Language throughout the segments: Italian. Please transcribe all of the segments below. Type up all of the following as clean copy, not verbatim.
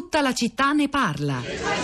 Tutta la città ne parla.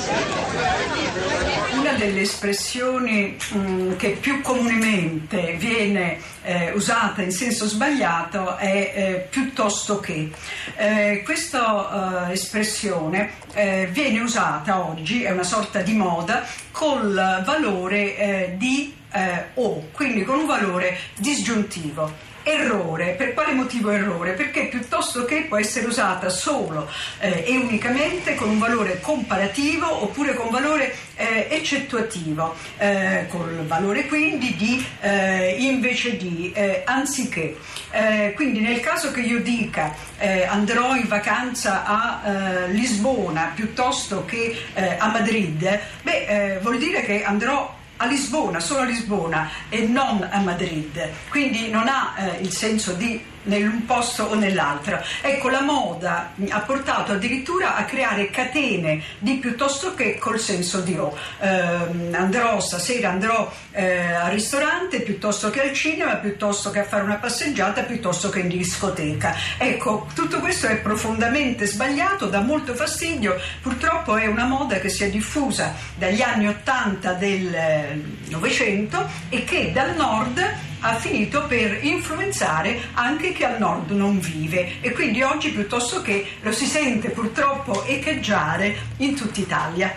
Una delle espressioni che più comunemente viene usata in senso sbagliato è piuttosto che. Questa espressione viene usata oggi, è una sorta di moda, col valore di o, quindi con un valore disgiuntivo. Errore. Per quale motivo errore? Perché piuttosto che può essere usata solo e unicamente con un valore comparativo oppure con valore eccettuativo, col valore quindi di invece di anziché. Quindi nel caso che io dica andrò in vacanza a Lisbona piuttosto che a Madrid, vuol dire che andrò a Lisbona, solo a Lisbona e non a Madrid, quindi non ha il senso di nell'un posto o nell'altro. Ecco, la moda ha portato addirittura a creare catene di piuttosto che col senso di o. Stasera andrò al ristorante piuttosto che al cinema, piuttosto che a fare una passeggiata, piuttosto che in discoteca. Ecco, tutto questo è profondamente sbagliato, dà molto fastidio. Purtroppo è una moda che si è diffusa dagli anni 80 del Novecento e che dal nord ha finito per influenzare anche chi al nord non vive, e quindi oggi piuttosto che lo si sente purtroppo echeggiare in tutta Italia.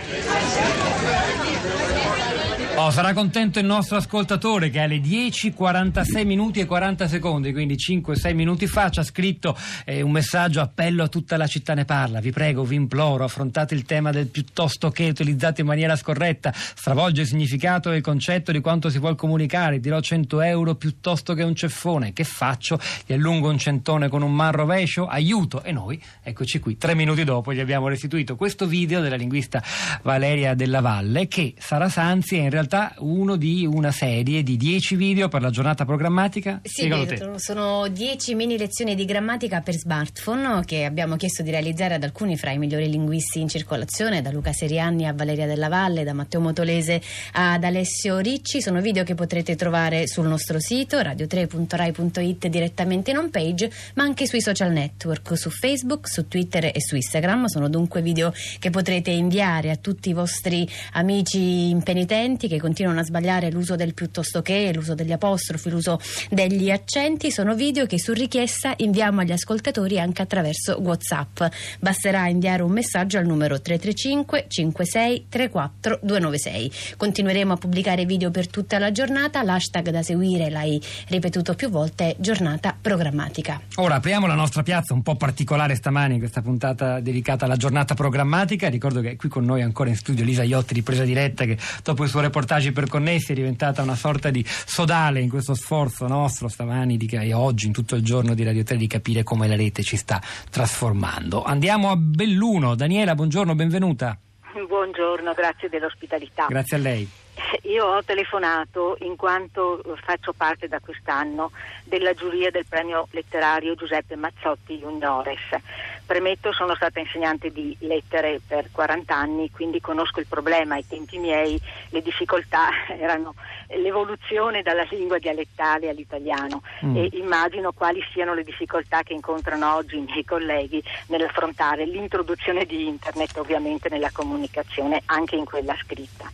Sarà contento il nostro ascoltatore che alle 10:46 minuti e 40 secondi, quindi 5-6 minuti fa, ci ha scritto un messaggio: appello a tutta la città ne parla, vi prego, vi imploro, affrontate il tema del piuttosto che utilizzato in maniera scorretta, stravolge il significato e il concetto di quanto si vuol comunicare, dirò 100 euro piuttosto che un ceffone, che faccio? Gli allungo un centone con un man rovescio? Aiuto! E noi, eccoci qui, 3 minuti dopo gli abbiamo restituito questo video della linguista Valeria Della Valle, che Sara Sanzi è in realtà uno di una serie di 10 video per la giornata programmatica. Sì, sono 10 mini lezioni di grammatica per smartphone che abbiamo chiesto di realizzare ad alcuni fra i migliori linguisti in circolazione, da Luca Serianni a Valeria Della Valle, da Matteo Motolese ad Alessio Ricci. Sono video che potrete trovare sul nostro sito radio3.rai.it direttamente in home page, ma anche sui social network, su Facebook, su Twitter e su Instagram. Sono dunque video che potrete inviare a tutti i vostri amici impenitenti che continuano a sbagliare l'uso del piuttosto che, l'uso degli apostrofi, l'uso degli accenti. Sono video che su richiesta inviamo agli ascoltatori anche attraverso WhatsApp. Basterà inviare un messaggio al numero 335 56 34 296. Continueremo a pubblicare video per tutta la giornata. L'hashtag da seguire, l'hai ripetuto più volte, giornata programmatica. Ora apriamo la nostra piazza un po' particolare stamani in questa puntata dedicata alla giornata programmatica. Ricordo che è qui con noi ancora in studio Lisa Iotti di Presa Diretta, che dopo il suo reportage per connessi è diventata una sorta di sodale in questo sforzo nostro stamani e oggi in tutto il giorno di Radio 3 di capire come la rete ci sta trasformando. Andiamo a Belluno. Daniela, buongiorno, benvenuta. Buongiorno, grazie dell'ospitalità. Grazie a lei. Io ho telefonato in quanto faccio parte da quest'anno della giuria del premio letterario Giuseppe Mazzotti Juniores. Premetto, sono stata insegnante di lettere per 40 anni, quindi conosco il problema. Ai tempi miei le difficoltà erano l'evoluzione dalla lingua dialettale all'italiano e immagino quali siano le difficoltà che incontrano oggi i miei colleghi nell'affrontare l'introduzione di internet, ovviamente nella comunicazione, anche in quella scritta.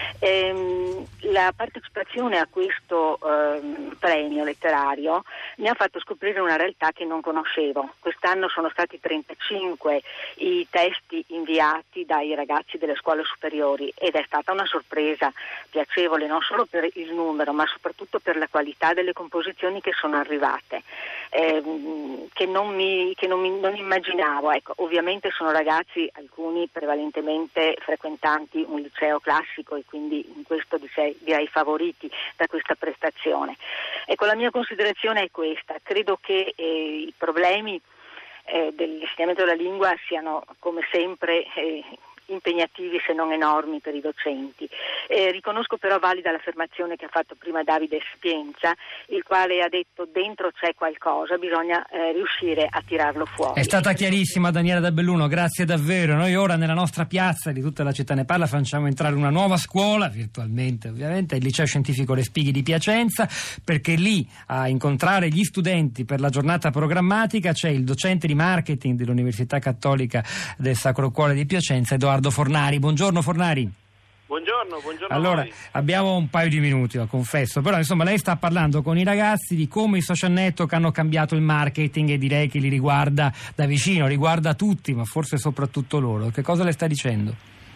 La partecipazione a questo premio letterario mi ha fatto scoprire una realtà che non conoscevo. Quest'anno sono stati 35 i testi inviati dai ragazzi delle scuole superiori ed è stata una sorpresa piacevole non solo per il numero ma soprattutto per la qualità delle composizioni che sono arrivate, che non immaginavo. Ecco, ovviamente sono ragazzi, alcuni prevalentemente frequentanti un liceo classico e quindi in questo direi favoriti da questa prestazione. Ecco, la mia considerazione è questa: credo che i problemi dell'insegnamento della lingua siano come sempre impegnativi se non enormi per i docenti. Riconosco però valida l'affermazione che ha fatto prima Davide Sapienza, il quale ha detto dentro c'è qualcosa, bisogna riuscire a tirarlo fuori. È stata chiarissima Daniela da Belluno, grazie davvero. Noi ora nella nostra piazza di Tutta la città ne parla facciamo entrare una nuova scuola, virtualmente ovviamente, il Liceo Scientifico Le Spighi di Piacenza, perché lì a incontrare gli studenti per la giornata programmatica c'è il docente di marketing dell'Università Cattolica del Sacro Cuore di Piacenza, Edoardo Fornari. Buongiorno Fornari. Buongiorno. Allora, a voi. abbiamo un paio di minuti, lo confesso, però insomma lei sta parlando con i ragazzi di come i social network hanno cambiato il marketing e direi che li riguarda da vicino, riguarda tutti, ma forse soprattutto loro. Che cosa le sta dicendo?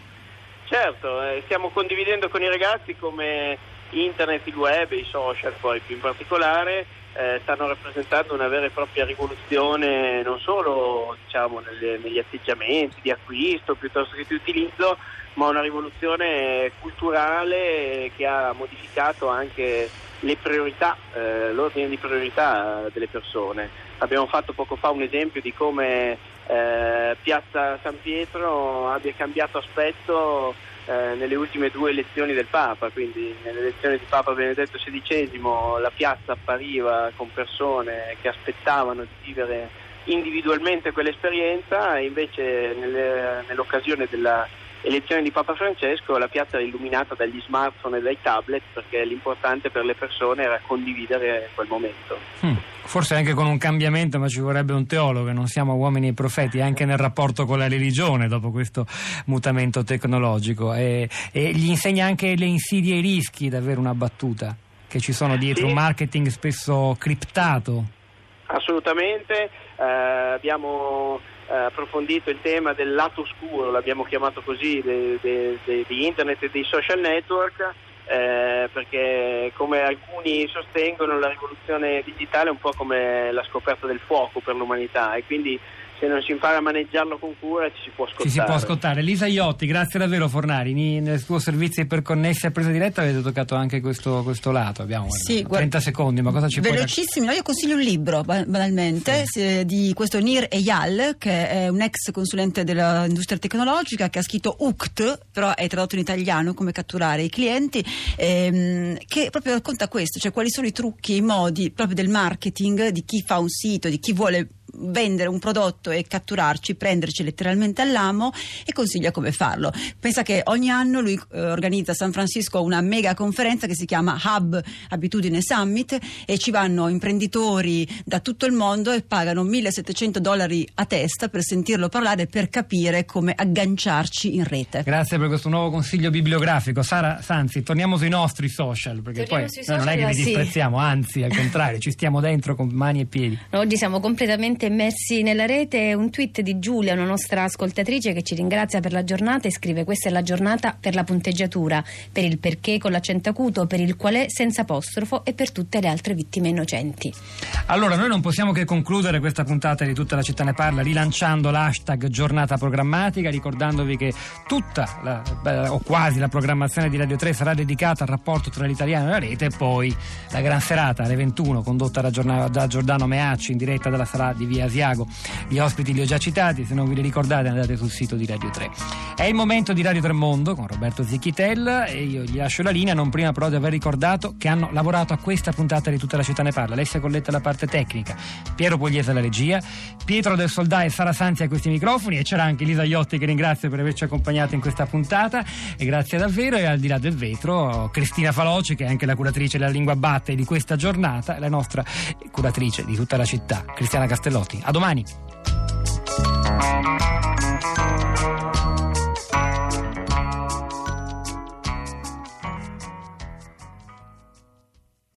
Certo, stiamo condividendo con i ragazzi come internet, il web e i social poi più in particolare stanno rappresentando una vera e propria rivoluzione, non solo negli atteggiamenti di acquisto piuttosto che di utilizzo, ma una rivoluzione culturale che ha modificato anche le priorità, l'ordine di priorità delle persone. Abbiamo fatto poco fa un esempio di come Piazza San Pietro abbia cambiato aspetto nelle ultime 2 elezioni del Papa, quindi nelle elezioni di Papa Benedetto XVI la piazza appariva con persone che aspettavano di vivere individualmente quell'esperienza, e invece nell'occasione della elezione di Papa Francesco la piazza era illuminata dagli smartphone e dai tablet, perché l'importante per le persone era condividere quel momento. Forse anche con un cambiamento, ma ci vorrebbe un teologo, non siamo uomini e profeti, anche nel rapporto con la religione dopo questo mutamento tecnologico, e gli insegna anche le insidie e i rischi, davvero una battuta, che ci sono dietro, sì. Un marketing spesso criptato. Assolutamente, abbiamo approfondito il tema del lato oscuro, l'abbiamo chiamato così, di internet e dei social network, perché come alcuni sostengono la rivoluzione digitale è un po' come la scoperta del fuoco per l'umanità, e quindi se non si impara a maneggiarlo con cura ci si può scottare. Lisa Iotti, grazie davvero Fornari. Nel suo servizio iperconnessi a presa diretta avete toccato anche questo lato. Abbiamo 30 secondi, ma cosa ci puoi velocissimi. Io consiglio un libro banalmente di questo Nir Eyal, che è un ex consulente dell'industria tecnologica, che ha scritto UCT, però è tradotto in italiano, come catturare i clienti, che proprio racconta questo, cioè quali sono i trucchi, i modi proprio del marketing di chi fa un sito, di chi vuole vendere un prodotto e catturarci, prenderci letteralmente all'amo, e consiglia come farlo. Pensa che ogni anno lui organizza a San Francisco una mega conferenza che si chiama Hub Abitudine Summit, e ci vanno imprenditori da tutto il mondo e pagano $1.700 a testa per sentirlo parlare, per capire come agganciarci in rete. Grazie per questo nuovo consiglio bibliografico. Sara Sanzi, torniamo sui nostri social, perché poi noi non è che li disprezziamo, anzi al contrario, ci stiamo dentro con mani e piedi. Oggi siamo completamente immersi nella rete. Un tweet di Giulia, una nostra ascoltatrice, che ci ringrazia per la giornata e scrive: questa è la giornata per la punteggiatura, per il perché con l'accento acuto, per il qual è senza apostrofo e per tutte le altre vittime innocenti. Allora, noi non possiamo che concludere questa puntata di Tutta la città ne parla rilanciando l'hashtag giornata programmatica, ricordandovi che tutta o quasi la programmazione di Radio 3 sarà dedicata al rapporto tra l'italiano e la rete, e poi la gran serata alle 21 condotta da Giordano Meacci in diretta dalla sala di Via Asiago. Gli ospiti li ho già citati, se non vi li ricordate andate sul sito di Radio 3. È il momento di Radio Tremondo con Roberto Zicchitel, e io gli lascio la linea, non prima però di aver ricordato che hanno lavorato a questa puntata di Tutta la città ne parla: Alessia Colletta alla parte tecnica, Piero Pugliese alla regia, Pietro del Soldà e Sara Sanzi a questi microfoni, e c'era anche Lisa Iotti, che ringrazio per averci accompagnato in questa puntata, e grazie davvero. E al di là del vetro Cristina Faloci, che è anche la curatrice della Lingua Batte di questa giornata, la nostra curatrice di Tutta la città, Cristiana Castellotti. A domani.